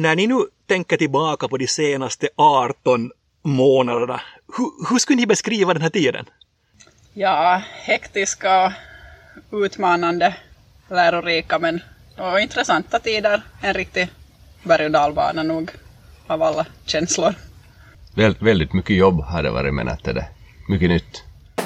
När ni nu tänker tillbaka på de senaste 18 månaderna, hur skulle ni beskriva den här tiden? Ja, hektiska, utmanande, lärorika men och intressanta tider. En riktig berg- och dalbana nog av alla känslor. Väldigt mycket jobb har det varit, men att det är mycket nytt.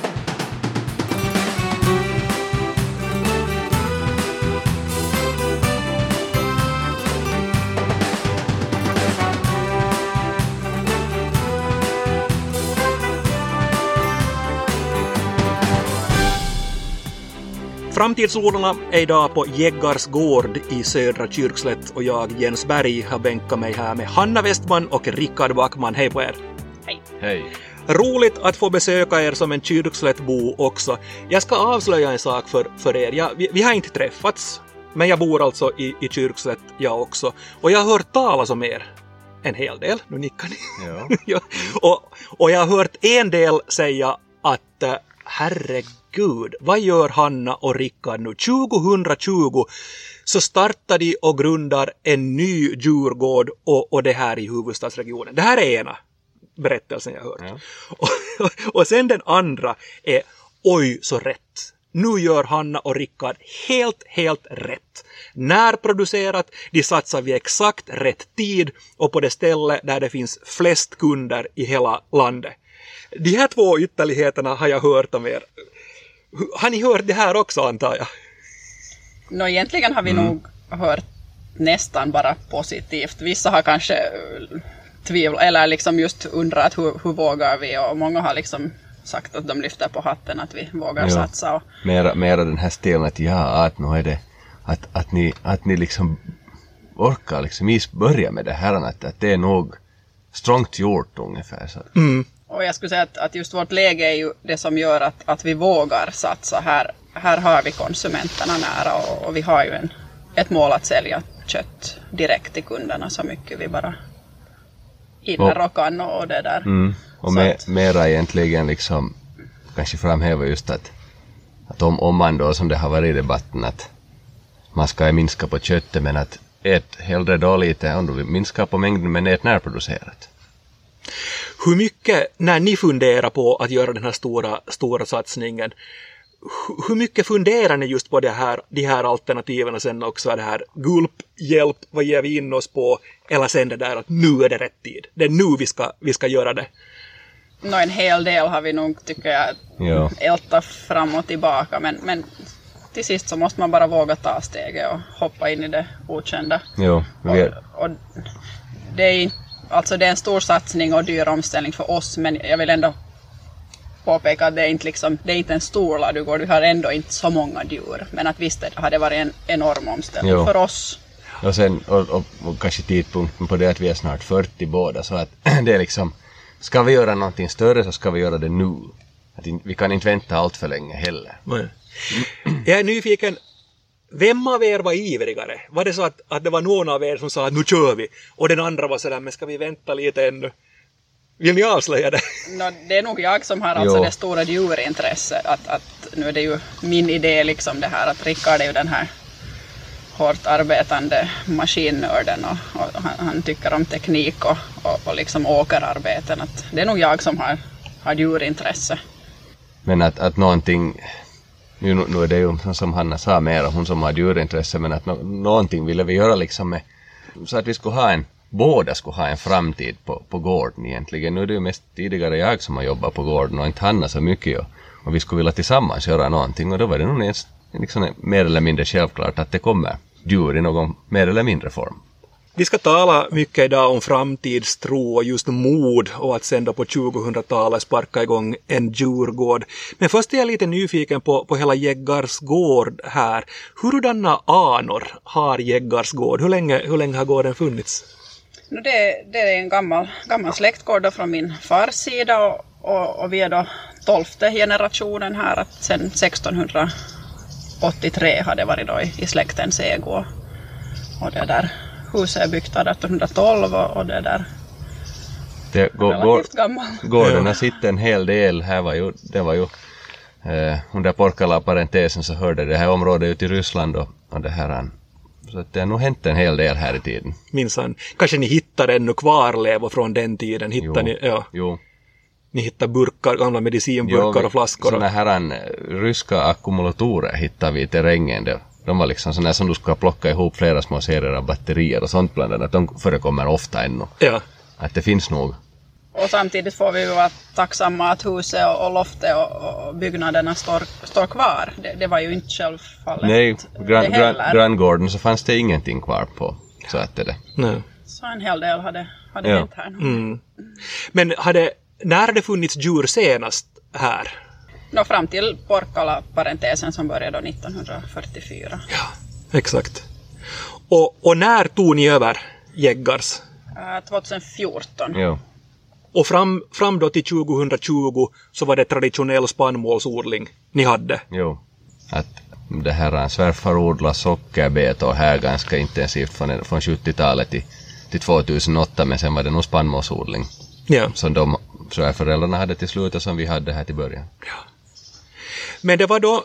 Framtidsodlarna är idag på Jäggars gård i södra Kyrkslätt och jag, Jens Berg, har bänkat mig här med Hanna Westman och Rickard Backman. Hej på er! Hej! Hej! Roligt att få besöka er som en Kyrkslättbo också. Jag ska avslöja en sak för er. Vi har inte träffats, men jag bor alltså i Kyrkslätt jag också. Och jag har hört talas om er en hel del. Nu nickar ni. Ja. Ja. Och jag har hört en del säga att herregud, vad gör Hanna och Rickard nu? 2020 så startar de och grundar en ny djurgård och det här i huvudstadsregionen. Det här är ena berättelsen jag hört. Ja. Och sen den andra är oj så rätt. Nu gör Hanna och Rickard helt rätt. Närproducerat, de satsar vid exakt rätt tid och på det ställe där det finns flest kunder i hela landet. De här två ytterligheterna har jag hört om er. Har ni hört det här också, antar jag? Nå, egentligen har vi nog hört nästan bara positivt. Vissa har kanske tvivel eller liksom just undrat hur vågar vi, och många har liksom sagt att de lyfter på hatten att vi vågar satsa. Och mera den här stilen att att nu är det att ni liksom orkar liksom börja med det här, att det är nog strångt gjort ungefär så. Och jag skulle säga att just vårt läge är ju det som gör att vi vågar satsa. Här har vi konsumenterna nära och vi har ju ett mål att sälja kött direkt till kunderna så mycket vi bara hinner och kan och det där. Och mera egentligen liksom kanske framhäva just att om man då, som det har varit i debatten, att man ska minska på köttet, men att ät hellre då lite om du vill minska på mängden, men ät närproducerat. Hur mycket, när ni funderar på att göra den här stora satsningen, hur mycket funderar ni just på de här alternativen och sen också det här gulp, hjälp, vad ger vi in oss på, eller sen det där att nu är det rätt tid, det är nu vi ska göra det? En hel del har vi nog, tycker jag, älta fram och tillbaka, men till sist så måste man bara våga ta steget och hoppa in i det okända. Och det är alltså det är en stor satsning och dyr omställning för oss, men jag vill ändå påpeka att det är inte en stor ladugård, vi har ändå inte så många djur, men att visst har det varit en enorm omställning för oss. Och sen och kanske tidpunkten på det att vi är snart 40 båda, så att det är liksom, ska vi göra någonting större så ska vi göra det nu. Att vi kan inte vänta allt för länge heller. Jag är nyfiken, vem av er var ivrigare? Var det så att det var någon av er som sa att nu kör vi, och den andra var sådär, men ska vi vänta lite ännu? Vill ni avslöja det? Det är nog jag som har alltså det stora djurintresset. Att nu är det ju min idé liksom det här, att Rickard är ju den här hårt arbetande maskinnörden och han tycker om teknik och liksom åkerarbeten. Att det är nog jag som har djurintresse. Men att någonting, nu är det ju som Hanna sa mer, hon som har djurintresse, men att någonting ville vi göra liksom med, så att vi båda skulle ha en framtid på gården egentligen. Nu är det ju mest tidigare jag som har jobbat på gården och inte Hanna så mycket, och vi skulle vilja tillsammans göra någonting, och då var det nog liksom mer eller mindre självklart att det kommer djur i någon mer eller mindre form. Vi ska tala mycket idag om framtidstro och just mod och att sen då på 2000-talet sparka igång en djurgård. Men först är jag lite nyfiken på hela Jäggars gård här. Hurdana anor har Jäggars gård? Hur länge har gården funnits? Det är en gammal släktgård från min fars sida och vi är då 12:e generationen här, att sedan 1683 har det varit då i släktens ägo, och det där huset är byggt 1812 och det där relativt gammal. Gårdarna sitter en hel del här, det var ju under Porkala-parentesen så hörde det här området ut i Ryssland och det här Så att det har nog hänt en hel del här i tiden. Minsann. Kanske ni hittar ännu kvarlevor från den tiden. Hittar ni, ja. Jo. Ni hittar burkar, gamla medicinburkar och flaskor. Sådana här ryska ackumulatorer hittar vi i terrängen. De var liksom sådana som du ska plocka ihop flera små serier av batterier och sånt bland annat. De förekommer ofta ännu. Ja. Att det finns nog. Och samtidigt får vi vara tacksamma att huset och loftet och byggnaderna står kvar. Det var ju inte självfallet. Nej, granngården så fanns det ingenting kvar på. Så att det. Nej. Så en hel del hade hänt här. Mm. Men när det funnits djur senast här? Fram till Porkkala-parentesen som började 1944. Ja, exakt. Och när tog ni över Jäggars? 2014. Ja. Och fram då till 2020 så var det traditionell spannmålsodling ni hade. Jo, att det här svärfar odlar sockerbeta och här ganska intensivt från 70-talet till 2008, men sen var det nog spannmålsodling. Ja. Som de svärföräldrarna hade till slut och som vi hade här till början. Ja. Men det var då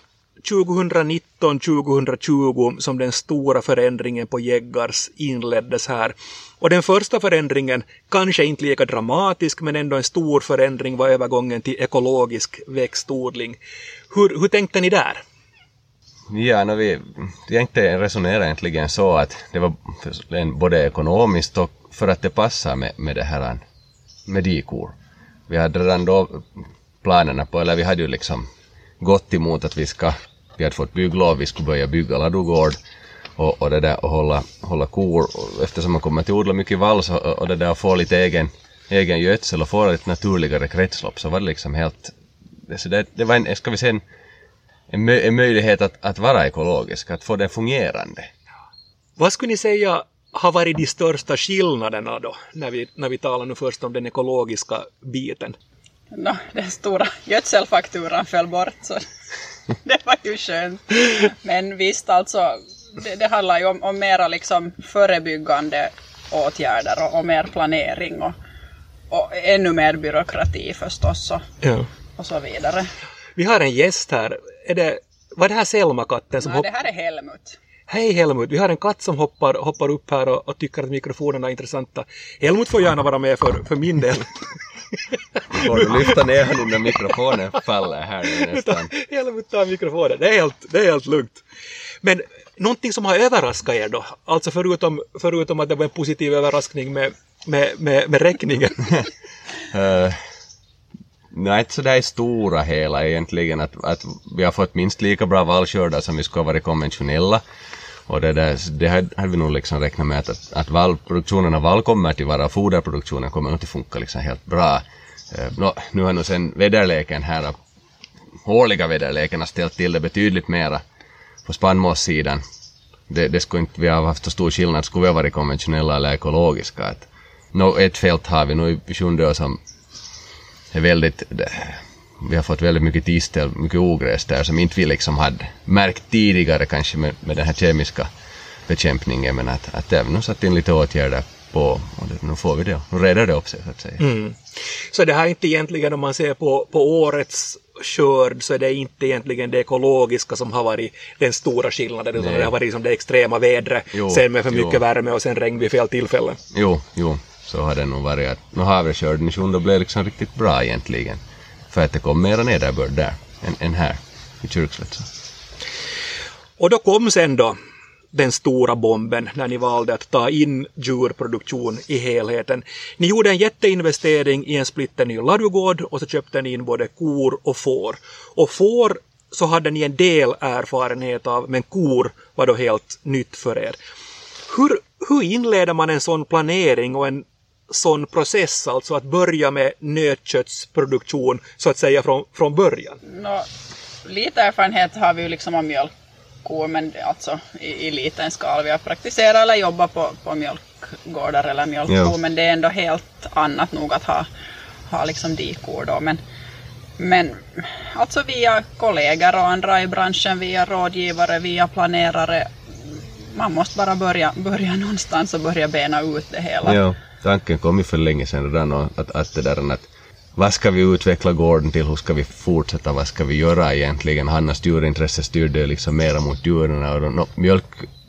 2019-2020 som den stora förändringen på Jäggars inleddes här. Och den första förändringen, kanske inte lika dramatisk, men ändå en stor förändring, var övergången till ekologisk växtodling. Hur tänkte ni där? Ja, vi resonerade egentligen så att det var både ekonomiskt och för att det passar med det här med dikor. Vi hade redan då planerna på, eller vi hade ju liksom gått emot att vi hade fått bygglov, vi skulle börja bygga ladugård och det där och hålla kor, och eftersom man kommer till odla mycket vals och det där och få lite egen gödsel och få lite naturligare kretslopp, så var det liksom helt, så det var en möjlighet att vara ekologisk, att få det fungerande. Vad skulle ni säga har varit de största skillnaderna då, när vi talar nu först om den ekologiska biten? Den stora gödselfakturan föll bort, så det var ju skönt. Men visst, alltså, det handlar ju om mera liksom förebyggande åtgärder och mer planering och ännu mer byråkrati förstås och så vidare. Vi har en gäst här. Var det här Selma-katten som det här är Helmut. Hej Helmut, vi har en katt som hoppar upp här och tycker att mikrofonerna är intressanta. Helmut får gärna vara med för min del. Får du lyfta ner honom när mikrofonen faller här nästan. Helmut tar mikrofonen, det är helt lugnt. Men någonting som har överraskat er då, alltså förutom att det var en positiv överraskning med räkningen. Nej, inte så där i stora hela egentligen, att vi har fått minst lika bra vallskördar som vi skulle ha varit konventionella, och det hade vi nog liksom räknat med att produktionen av vall kommer till vara, foderproduktionen kommer nog till funka liksom helt bra. Nu har nog sen väderleken här, årliga väderleken har ställt till det betydligt mera på spannmålssidan. Det skulle inte vi har haft så stor skillnad, skulle vi ha varit konventionella eller ekologiska. Ett fält har vi nu i Sjunde som är vi har fått väldigt mycket tistel, mycket ogräs där som inte vi liksom hade märkt tidigare kanske med den här kemiska bekämpningen, men att det även har satt in lite åtgärder på, och nu får vi det, nu redar det upp sig så att säga. Mm. Så det här är inte egentligen, om man ser på årets skörd, så är det inte egentligen det ekologiska som har varit den stora skillnaden, utan det har varit som det extrema vädret, sen med för mycket värme och sen regn vid fel tillfällen. Jo. Så har det nog varit att nu havrekörden i Sjunde blev liksom riktigt bra egentligen. För att det kom mera nederbörd där än här i Kyrkslätt. Och då kom sen då den stora bomben när ni valde att ta in djurproduktion i helheten. Ni gjorde en jätteinvestering i en splitterny ladugård och så köpte ni in både kor och får. Och får så hade ni en del erfarenhet av, men kor var då helt nytt för er. Hur inleder man en sån planering och en sån process, alltså att börja med nötköttsproduktion så att säga från början? Lite erfarenhet har vi ju liksom av mjölkkor, men alltså i liten skala. Vi har praktiserat eller jobbat på mjölkgårdar eller mjölkkor, men det är ändå helt annat nog att ha liksom dikor då. Men alltså via kollegor och andra i branschen, via rådgivare, via planerare. Man måste bara börja någonstans och börja bena ut det hela. Ja, tanken kom ju för länge sedan redan att det där att vad ska vi utveckla gården till, hur ska vi fortsätta, vad ska vi göra egentligen? Hannas djurintresse styrde liksom mera mot djuren, och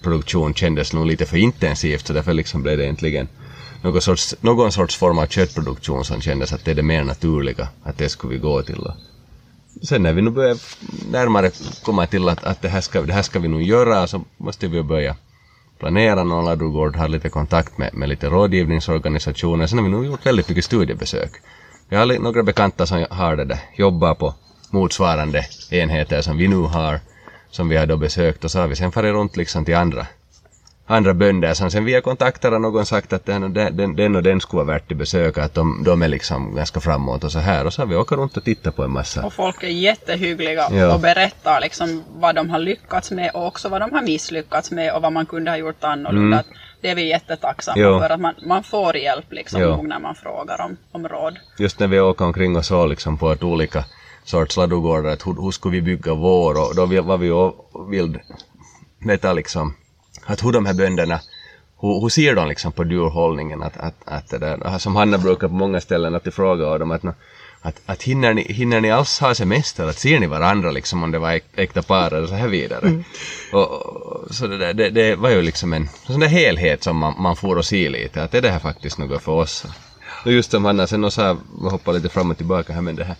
köttproduktion kändes nog lite för intensivt, så därför liksom blev det egentligen någon sorts form av köttproduktion som kändes att det är det mer naturliga, att det skulle vi gå till. Sen när vi nu börjar närmare komma till att det här ska vi nog göra, så måste vi börja planera. Någon Ladugård har lite kontakt med lite rådgivningsorganisationer. Sen har vi nog gjort väldigt mycket studiebesök. Vi har några bekanta som har det där, jobbar på motsvarande enheter som vi nu har, som vi har då besökt, och så har vi sen farit runt liksom till andra bönder som sen via kontakter har någon sagt att den och den skulle vara värt att besöka, att de är liksom ganska framåt och så här, och så har vi åkt runt och tittat på en massa. Och folk är jättehyggliga och berättar liksom vad de har lyckats med och också vad de har misslyckats med och vad man kunde ha gjort annorlunda. Det är vi jättetacksamma för, att man får hjälp liksom när man frågar om råd. Just när vi åker omkring och så liksom på ett olika sorts ladugårdar, att hur skulle vi bygga vår, och då var vi ju vild veta liksom att hur de här bönderna, hur ser de liksom på djurhållningen, att det där, som Hanna brukar på många ställen att fråga dem att hinner ni alls ha semester, att ser ni varandra liksom om det var äkta par eller så här vidare. Och så det var ju liksom en sån där helhet som man får att se lite, att är det här faktiskt något för oss. Och just som Hanna sen och så hoppar lite fram och tillbaka här med det här,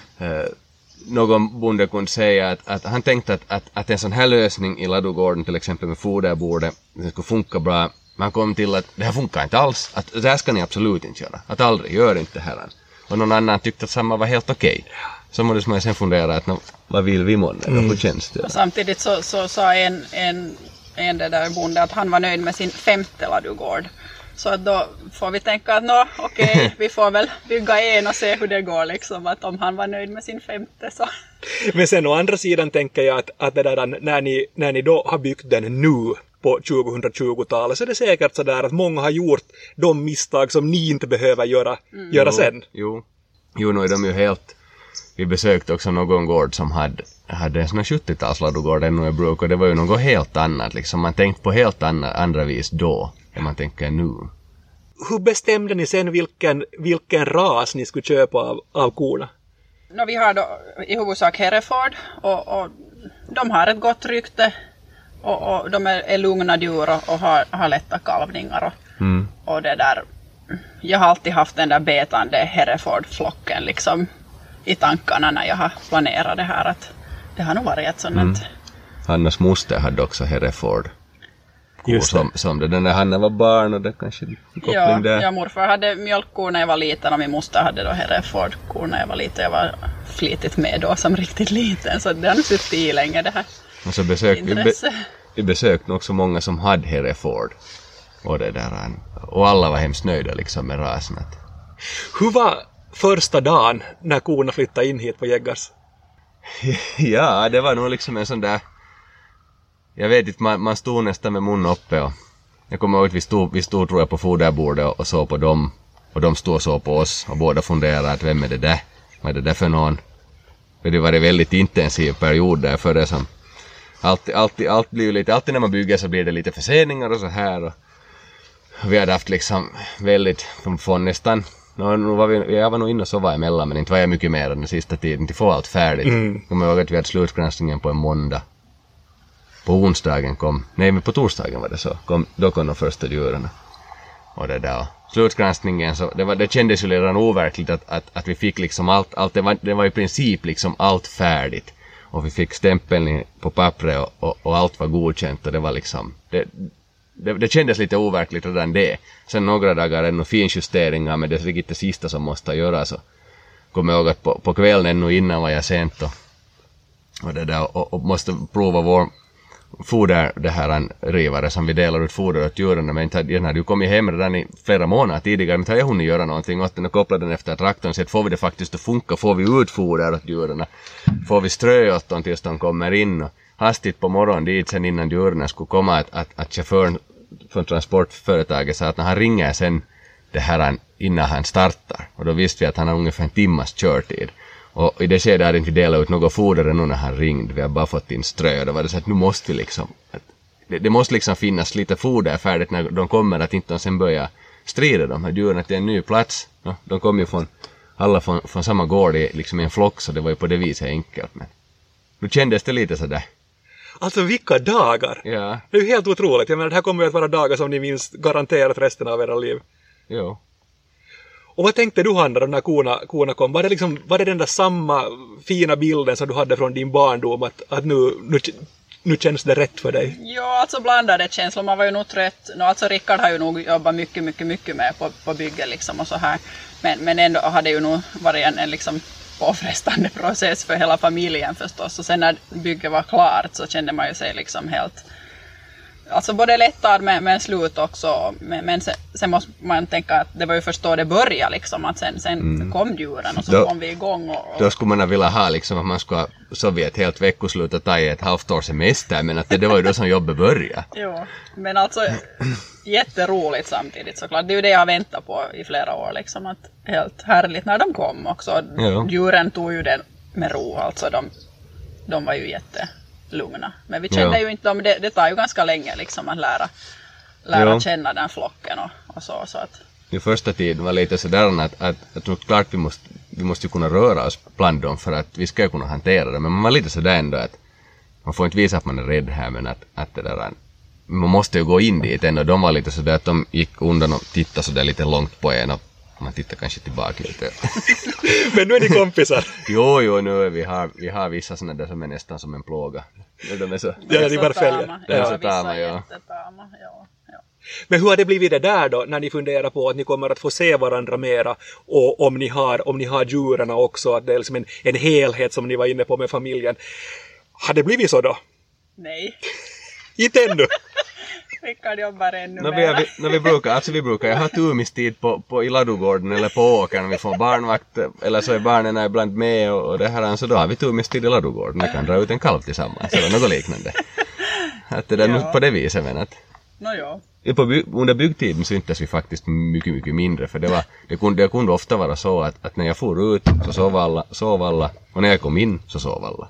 någon bonde kunde säga att han tänkte att en sån här lösning i ladugården, till exempel med foderbordet, det skulle funka bra. Man kom till att det här funkar inte alls, att det här ska ni absolut inte göra, att aldrig gör inte det här. Och någon annan tyckte att samma var helt okej. Så måste man sen fundera att vad vill vi månne, hur känns det? Och samtidigt så sa en det där bonde att han var nöjd med sin 5:e ladugård. Så då får vi tänka att vi får väl bygga en och se hur det går liksom, att om han var nöjd med sin 5:e så. Men sen å andra sidan tänker jag att det där, när ni då har byggt den nu på 2020-talet, så är det säkert så där att många har gjort de misstag som ni inte behöver göra sen. Jo, nu är de ju helt. Vi besökte också någon gård som hade en sån här 70-talsladugård ännu i bruk, och det var ju något helt annat liksom. Man tänkte på helt andra vis då än man tänker nu. Hur bestämde ni sen vilken ras ni skulle köpa av korna? Vi har då i huvudsak Hereford, och de har ett gott rykte, och de är lugna djur och har lätta kalvningar. Och det där, jag har alltid haft den där betande Hereford-flocken liksom i tankarna när jag har planerat det här, att det har nog varit ett sådant. Hannas moster hade också Hereford. Som det när Hanna var barn, och det kanske koppling där. Ja, morfar hade mjölkkor när jag var liten, och min moster hade då Hereford-kor när jag var liten. Jag var flitigt med då som riktigt liten, så det har nog suttit i länge det här. Och så vi besökte också många som hade Hereford. Och det där, och alla var hemskt nöjda liksom med rasen. Hur var första dagen när korna flyttade in hit på Jäggars? Ja, det var nog liksom en sån där, jag vet inte, man stod nästan med munnen uppe, och jag kommer ihåg att vi stod tror jag på foderbordet och såg på dem, och de stod och såg på oss, och båda funderade att vem är det där? Vad är det där för någon? För det var en väldigt intensiv period där före som allt blir ju lite, alltid när man bygger så blir det lite förseningar och så här, och vi hade haft liksom väldigt från nästan, jag var nog inne och sova emellan, men inte var jag mycket mer den sista tiden till få allt färdigt. Kommer ihåg att vi hade slutgranskningen på en måndag. På onsdagen men på torsdagen var det så. Då kom de första djuren. Och det där. Slutgranskningen, så det kändes ju redan overkligt att vi fick liksom allt det var i princip liksom allt färdigt. Och vi fick stämpeln på pappret, och allt var godkänt, och det var liksom det kändes lite overkligt redan det. Sen några dagar ännu finjusteringar, men det är riktigt det sista som måste göras. Så kommer jag ihåg att på kvällen ännu innan var jag sent och det där, och måste prova vår foder, det här en rivare som vi delar ut foder åt djuren, men den hade ju kommit hem redan i flera månader tidigare, men jag hunnit göra någonting åt den och koppla den efter traktorn, så att får vi det faktiskt att funka, får vi ut foder åt djuren, får vi strö åt dem tills de kommer in, och hastigt på morgonen dit sen innan djuren skulle komma, att chauffören från transportföretaget sa att när han ringer sen det här innan han startar, och då visste vi att han har ungefär en timmas körtid. Och i det skedet hade inte vi delat ut något foder ännu när han ringde. Vi har bara fått in strö. Då var det så att nu måste vi liksom, det måste liksom finnas lite foder färdigt när de kommer, att inte de sen börjar strida de här djuren till en ny plats. Ja, de kom ju alla från samma gård i liksom en flock, så det var ju på det viset enkelt. Men nu kändes det lite sådär. Alltså vilka dagar! Ja. Det är ju helt otroligt. Jag menar, det här kommer ju att vara dagar som ni minns garanterat resten av era liv. Jo. Och vad tänkte du, Hanna, när korna kom? Var det den där samma fina bilden som du hade från din barndom att nu känns det rätt för dig? Ja, alltså blandade känslor. Man var ju nog trött. Alltså Rickard har ju nog jobbat mycket med på bygget liksom och så här. Men ändå hade ju nog varit en liksom påfrestande process för hela familjen förstås. Och sen när bygget var klart så kände man ju sig liksom helt... Alltså både lättad men slut också. Men sen måste man tänka att det var ju först då det började liksom. Att sen kom djuren och så kom vi igång. Då skulle man vilja ha liksom att man skulle sovit ett helt veckoslut och ta ett halvt år semester. Men att det var ju då som jobbet började. Jo, men alltså jätteroligt samtidigt såklart. Det är ju det jag har väntat på i flera år liksom. Att helt härligt när de kom också. Ja. Djuren tog ju det med ro. Alltså de var ju jättelugna. Men vi kände ju inte dem. Det tar ju ganska länge liksom att lära känna den flocken och så att... I första tiden var lite sådär att klart vi måste ju kunna röra oss bland dem för att vi ska ju kunna hantera det. Men man var lite sådär ändå att man får inte visa att man är rädd här, men att det där, man måste ju gå in dit ändå. De var lite sådär att de gick undan och tittade sådär lite långt på en och man tittar kanske tillbaka lite. Men nu är ni kompisar. Jo, nu är vi har vissa sådana där som är nästan som en plåga. De är så... Ja, de bara följer. Det är så tama, ja. Men hur har det blivit det där då, när ni funderar på att ni kommer att få se varandra mera, och om ni har djuren också, att det är liksom en helhet som ni var inne på med familjen. Har det blivit så då? Nej. Inte ännu? Rickard jobbar ännu mer. Vi brukar ha turmistid i ladugården eller på åkern när vi får barnvakt, eller så är barnen ibland med och det här, så då har vi turmistid i ladugården. Vi kan dra ut en kalv tillsammans eller något liknande. Att det är på det viset, men att... Ja. Under byggtiden syntes vi faktiskt mycket mindre, för det kunde ofta vara så att när jag for ut så sov alla och när jag kom in så sov alla.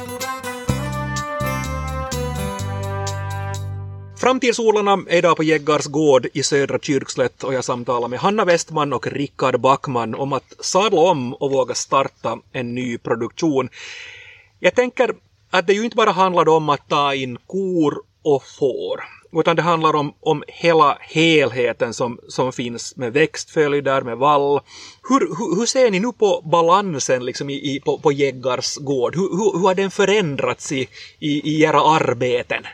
Framtidsodlarna är idag på Jäggars gård i Södra Kyrkslätt, och jag samtalar med Hanna Westman och Rickard Backman om att sadla om och våga starta en ny produktion. Jag tänker att det ju inte bara handlar om att ta in kor och får, utan det handlar om hela helheten som finns med växtföljder, med vall. Hur ser ni nu på balansen liksom på Jäggars gård? Hur har den förändrats i era arbeten?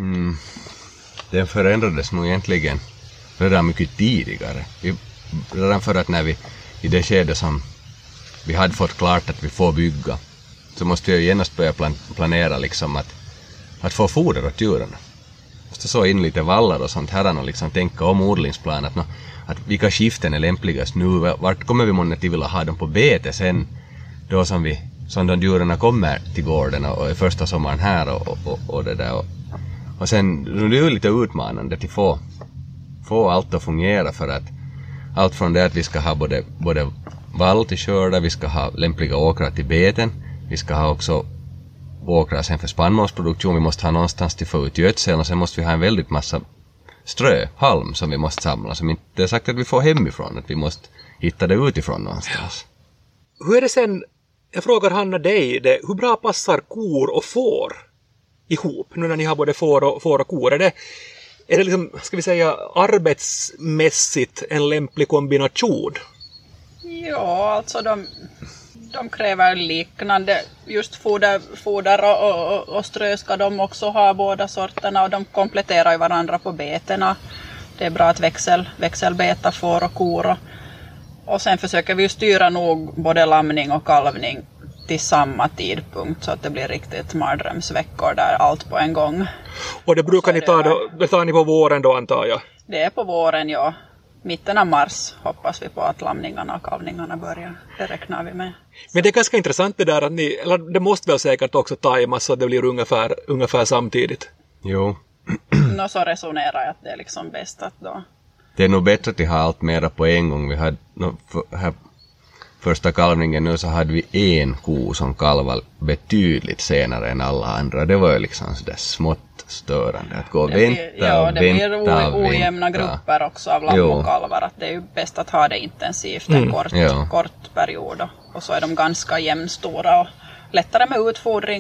Den förändrades nog egentligen redan mycket tidigare. Redan för att när vi i det skede som vi hade fått klart att vi får bygga, så måste vi ju genast börja planera liksom att få foder åt djuren. Måste så in lite vallar och sånt här och liksom tänka om odlingsplan att vilka skiften är lämpligast nu, vart kommer vi månne till vilja ha dem på bete sen då som de djuren kommer till gården och i första sommaren här och det där och sen det är ju lite utmanande till få allt att fungera, för att allt från det att vi ska ha både vall till skörda, vi ska ha lämpliga åkrar till beten, vi ska ha också åkrar sen för spannmålsproduktion, vi måste ha någonstans till få ut gödsel och sen måste vi ha en väldigt massa halm som vi måste samla, som inte är sagt att vi får hemifrån, att vi måste hitta det utifrån någonstans. Hur är det sen, jag frågar Hanna dig, hur bra passar kor och får ihop nu när ni har både får och kor? Är det liksom, ska vi säga, arbetsmässigt en lämplig kombination? Ja, alltså de kräver liknande, just foder och strö ska de också ha, båda sorterna, och de kompletterar ju varandra på betena. Det är bra att växelbeta får och kor, och sen försöker vi ju styra nog både lamning och kalvning till samma tidpunkt så att det blir riktigt mardrömsveckor där allt på en gång. Och det brukar ni tar ni på våren då, antar jag? Det är på våren, ja. Mitten av mars hoppas vi på att lamningarna och kalvningarna börjar. Det räknar vi med. Men det är ganska intressant det där att det måste väl säkert också tajmas så att det blir ungefär samtidigt. Jo. Så resonerar jag att det är liksom bäst att då... Det är nog bättre att ha allt mera på en gång. Vi hade här första kalvningen nu så hade vi en ko som kalvade betydligt senare än alla andra. Det var ju liksom sådär smått störande att gå och vänta. Det blir ojämna grupper också av lamm och kalvar. Att det är ju bäst att ha det intensivt en kort period. Och så är de ganska jämnstora och lättare med utfodring och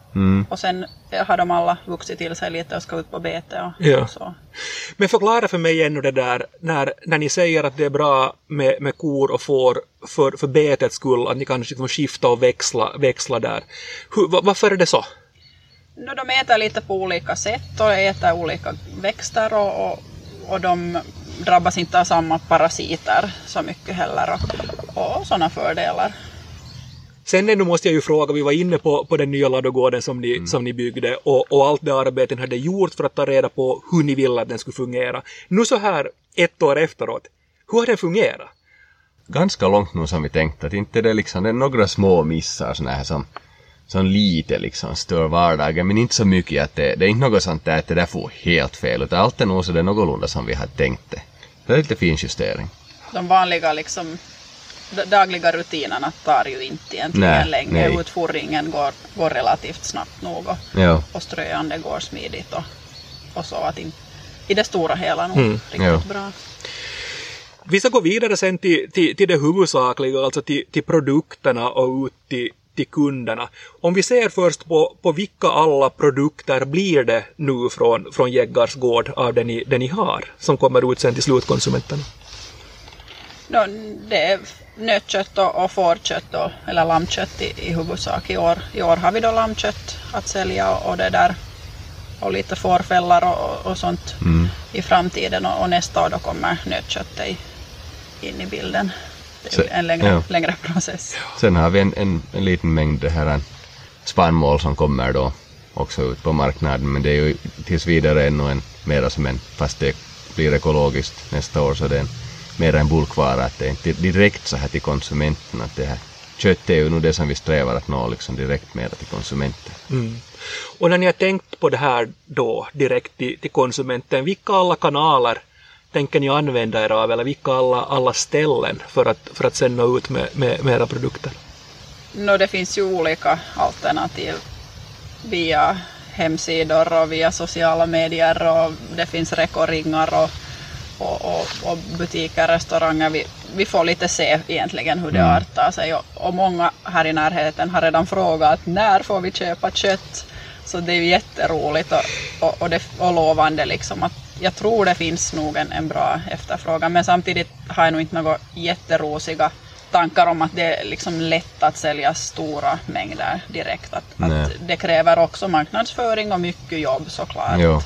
Och sen har de alla vuxit till sig lite och ska ut på bete och så. Men förklara för mig ännu det där, när ni säger att det är bra med kor och får för betets skull, att ni kan liksom skifta och växla där. Varför är det så? De äter lite på olika sätt och äter olika växter och de drabbas inte av samma parasiter så mycket heller och sådana fördelar. Sen nu måste jag ju fråga, vi var inne på den nya ladugården som ni byggde och allt det arbetet ni hade gjort för att ta reda på hur ni ville att den skulle fungera. Nu så här 1 år efteråt, hur har den fungerat? Ganska långt nu som vi tänkte, att inte det liksom, det är några små missar såna här som lite liksom stör vardagen, men inte så mycket att det är inte något sånt där att det där får helt fel, utan allt är nog så det är någorlunda som vi hade tänkt det. Det är lite fin justering. De vanliga liksom dagliga rutinerna tar ju inte egentligen länge. Nej. Utfodringen går relativt snabbt nog och ströjande går smidigt och så att i det stora hela nog riktigt bra. Vi ska gå vidare sen till det huvudsakliga, alltså till produkterna och ut till kunderna. Om vi ser först på vilka alla produkter blir det nu från Jäggars gård av det ni har som kommer ut sen till slutkonsumenterna? Det är nötkött och fårkött eller lammkött i huvudsak i år. I år har vi då lammkött att sälja och det där och lite fårfällar och sånt i framtiden och nästa år då kommer nötköttet in i bilden. Det är en längre process. Sen har vi en liten mängd det här spannmål som kommer då också ut på marknaden, men det är ju tills vidare ännu mera som fast det blir ekologiskt nästa år så det är mer en bulkvara, att det är inte direkt så här till konsumenten, att det här köttet är ju nog det som vi strävar att nå liksom direkt mer till konsumenten. Och när ni har tänkt på det här då direkt till konsumenten, vilka alla kanaler tänker ni använda er av, eller vilka alla ställen för att sen nå ut med era produkter? Det finns ju olika alternativ via hemsidor och via sociala medier och det finns rekoringar och butiker, restauranger. Vi får lite se egentligen hur det artar sig och många här i närheten har redan frågat när får vi köpa kött, så det är ju jätteroligt och lovande liksom att jag tror det finns nog en bra efterfrågan, men samtidigt har jag nog inte några jätterosiga tankar om att det är liksom lätt att sälja stora mängder direkt. Att det kräver också marknadsföring och mycket jobb såklart. Jo.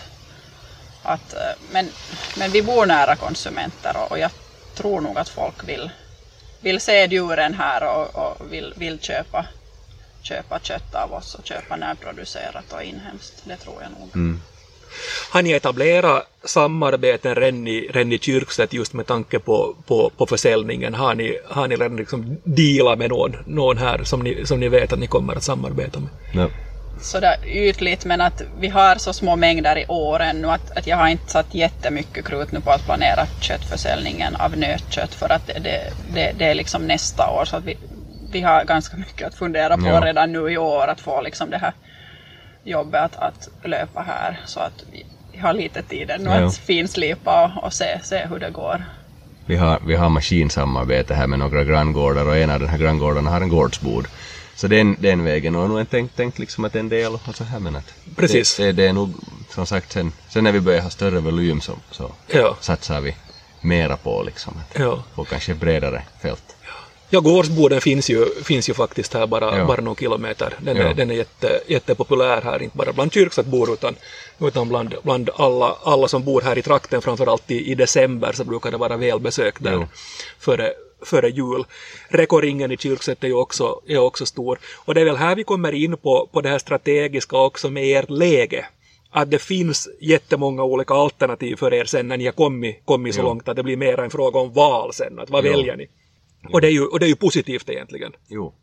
Men vi bor nära konsumenter och jag tror nog att folk vill se djuren här och vill köpa kött av oss och köpa närproducerat och inhemskt. Det tror jag nog. Har ni etablerat samarbeten redan i Kyrkstedt just med tanke på försäljningen? Har ni redan liksom dealat med någon här som ni vet att ni kommer att samarbeta med? No. Så där ytligt, men att vi har så små mängder i år ännu att jag har inte satt jättemycket krut nu på att planera köttförsäljningen av nötkött för att det är liksom nästa år, så att vi har ganska mycket att fundera på redan nu i år att få liksom det här jobbet att löpa här, så att vi har lite tid nu att finslipa och se hur det går. Vi har maskinsamarbete här med några granngårdar och en av den här granngårdarna har en gårdsbod. Så den vägen och nu är tänkt liksom att en del och så här, men att precis. Det är nog som sagt sen när vi börjar ha större volym så satsar vi mera på liksom att få kanske bredare fält. Ja, gårdsboden finns ju faktiskt här bara några kilometer. Den är jättepopulär här, inte bara bland Kyrkstedtbor utan bland alla som bor här i trakten, framförallt i december så brukar det vara välbesökt där före jul. Rekoringen i Kyrkstedt är också stor. Och det är väl här vi kommer in på det här strategiska också med ert läge. Att det finns jättemånga olika alternativ för er sen när ni har kommit så långt att det blir mer en fråga om val sen. Att vad väljer ni? Och det är ju positivt egentligen. Jo.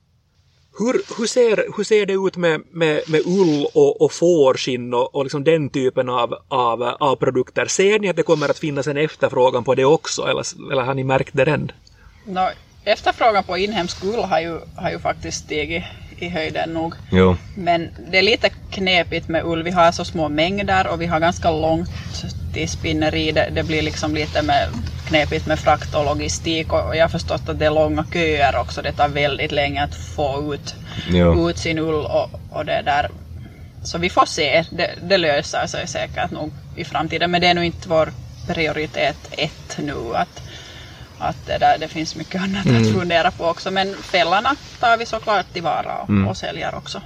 Hur ser det ut med ull och fårskinn och liksom den typen av produkter? Ser ni att det kommer att finnas en efterfrågan på det också, eller har ni märkt det än? Efterfrågan på inhemsk ull har ju faktiskt stigit i höjden nog. Jo. Men det är lite knepigt med ull. Vi har så små mängder och vi har ganska långt till spinneri. Det blir liksom lite knepigt med frakt och logistik, och jag har förstått att det är långa köer också. Det tar väldigt länge att få ut sin ull och det där. Så vi får se, det löser sig säkert nog i framtiden, men det är nog inte vår prioritet 1 nu att det finns mycket annat att fundera på också, men fällarna tar vi såklart tillvara och säljer också.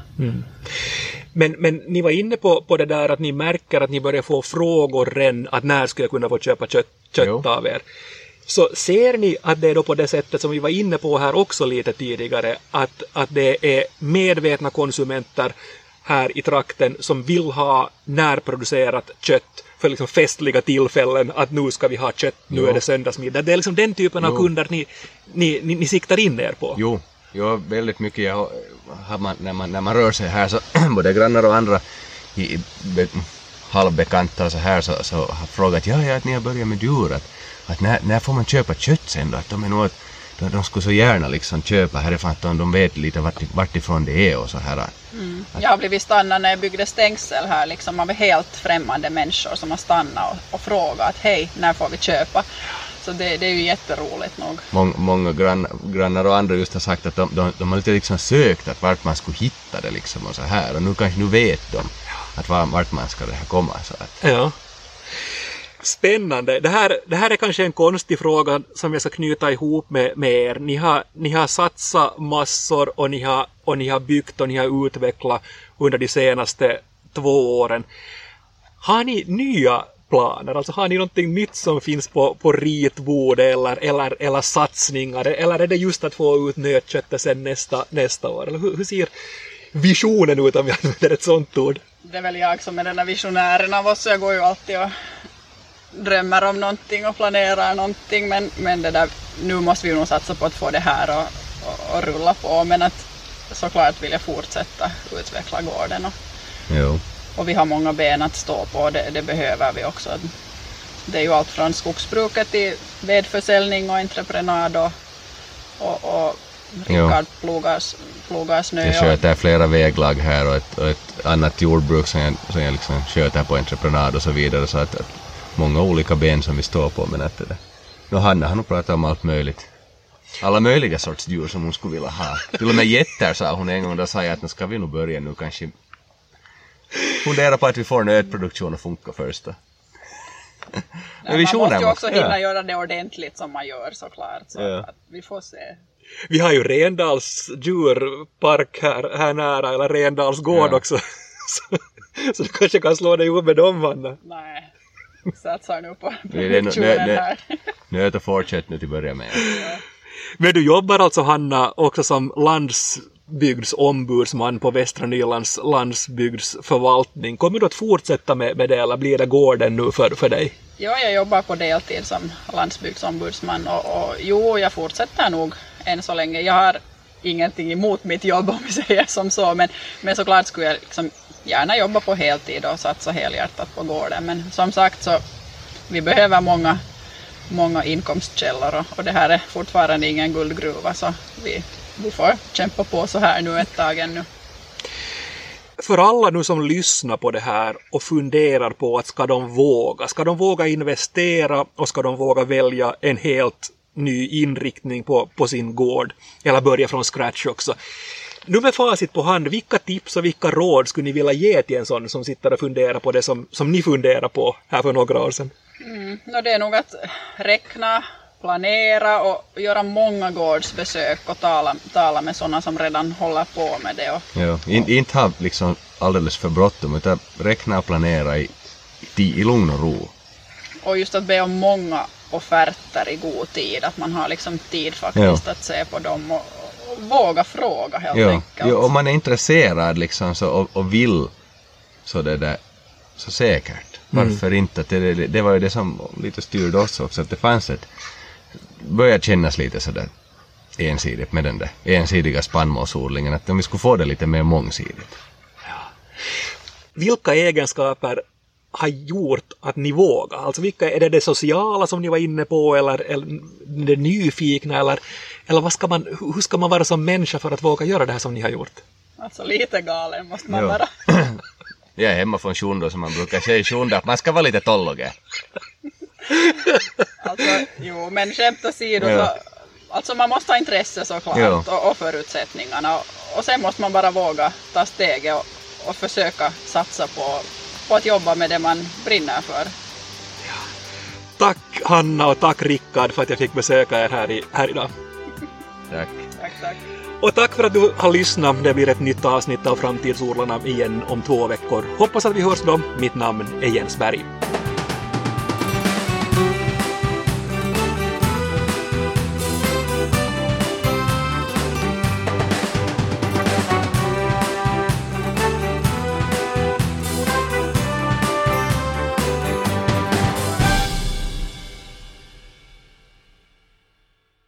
Men ni var inne på det där att ni märker att ni börjar få frågor redan att när skulle jag kunna få köpa kött av er. Så ser ni att det är då på det sättet som vi var inne på här också lite tidigare, att det är medvetna konsumenter här i trakten som vill ha närproducerat kött för liksom festliga tillfällen, att nu ska vi ha kött, nu är det söndagsmiddag. Det är liksom den typen av kunder ni siktar in er på. Jo, väldigt mycket när man rör sig här så både grannar och andra halvbekanta och så här så har frågat att ni har börjat med djur, att när får man köpa kött sen då? Att de är nog de skulle så gärna liksom köpa härifrån att de vet lite vart ifrån det är och så här. Jag har blivit stannad när jag byggde stängsel här liksom av helt främmande människor som har stannat och frågat hej, när får vi köpa? Så det är ju jätteroligt nog. Många grannar och andra just har sagt att de har lite liksom sökt att vart man skulle hitta det liksom och så här, och nu vet de att vart man ska det här komma. Så att. Ja. Spännande. Det här är kanske en konstig fråga som jag ska knyta ihop med er. Ni har satsat massor och ni har byggt och ni har utvecklat under de senaste 2 åren. Har ni nya planer? Alltså har ni någonting nytt som finns på ritbord eller satsningar? Eller är det just att få ut nötköttet sen nästa år? Eller hur ser visionen ut om jag använder ett sånt ord? Det är väl jag som är den här visionären av oss, så jag går ju alltid och drömmer om någonting och planerar någonting, men det där, nu måste vi nog satsa på att få det här och rulla på, men att såklart vill jag fortsätta utveckla gården och vi har många ben att stå på, det behöver vi också. Det är ju allt från skogsbruket till vedförsäljning och entreprenad och Rickard plogar snö. Jag sköter flera väglag här och ett annat jordbruk som jag liksom sköter på entreprenad och så vidare, så att många olika ben som vi står på, men att det. Hanna har nog pratat om allt möjligt. Alla möjliga sorts djur som hon skulle vilja ha. Till och med jätter sa hon en gång, då sa jag att nu ska vi nog börja nu kanske fundera på att vi får nötproduktion att funka först då. Man måste ju också hinna göra det ordentligt som man gör såklart, så att vi får se. Vi har ju Rendals djurpark här nära, eller Rendals gård också. Så du kanske kan slå dig ihop med dem, Anna. Nej. Satsar nu på produktionen här. Nöt och fortsätt nu till börja med. Men du jobbar alltså, Hanna, också som landsbygdsombudsman på Västra Nylands landsbygdsförvaltning. Kommer du att fortsätta med det, eller blir det gården nu för dig? Ja, jag jobbar på deltid som landsbygdsombudsman och jag fortsätter nog än så länge. Jag har ingenting emot mitt jobb, om vi säger som så, men såklart skulle jag liksom gärna jobba på heltid och satsa helhjärtat på gården, men som sagt så vi behöver många inkomstkällor och det här är fortfarande ingen guldgruva, så vi får kämpa på så här nu ett tag ännu. För alla nu som lyssnar på det här och funderar på att ska de våga investera och ska de våga välja en helt ny inriktning på sin gård eller börja från scratch också. Nu med facit på hand, vilka tips och vilka råd skulle ni vilja ge till en sån som sitter och funderar på det som ni funderar på här för några år sedan? Det är nog att räkna, planera och göra många gårdsbesök och tala med sådana som redan håller på med det. Inte ha liksom alldeles för bråttom, utan räkna och planera i lugn och ro. Och just att be om många offerter i god tid, att man har liksom tid faktiskt att se på dem och våga fråga helt enkelt. Ja, om man är intresserad liksom och vill så det där så säkert. Varför inte? Det var ju det som lite styrde oss också, att det fanns började kännas lite sådär ensidigt med den där ensidiga spannmålsodlingen, att om vi skulle få det lite mer mångsidigt. Ja. Vilka egenskaper har gjort att ni vågar? Alltså vilka, är det sociala som ni var inne på, eller det nyfikna, eller hur ska man vara som människa för att våga göra det här som ni har gjort? Alltså lite galen måste man vara. Jag är hemma från Sjundo, som man brukar säga, Sjundo, att man ska vara lite tolloge. Alltså, men skämt åsido så, alltså man måste ha intresse såklart och förutsättningarna och sen måste man bara våga ta steget och försöka satsa på att jobba med det man brinner för. Ja. Tack Hanna och tack Rickard för att jag fick besöka er här idag. Tack. Och tack för att du har lyssnat. Det blir ett nytt avsnitt av Framtidsodlarna igen om 2 veckor. Hoppas att vi hörs då. Mitt namn är Jens Berg.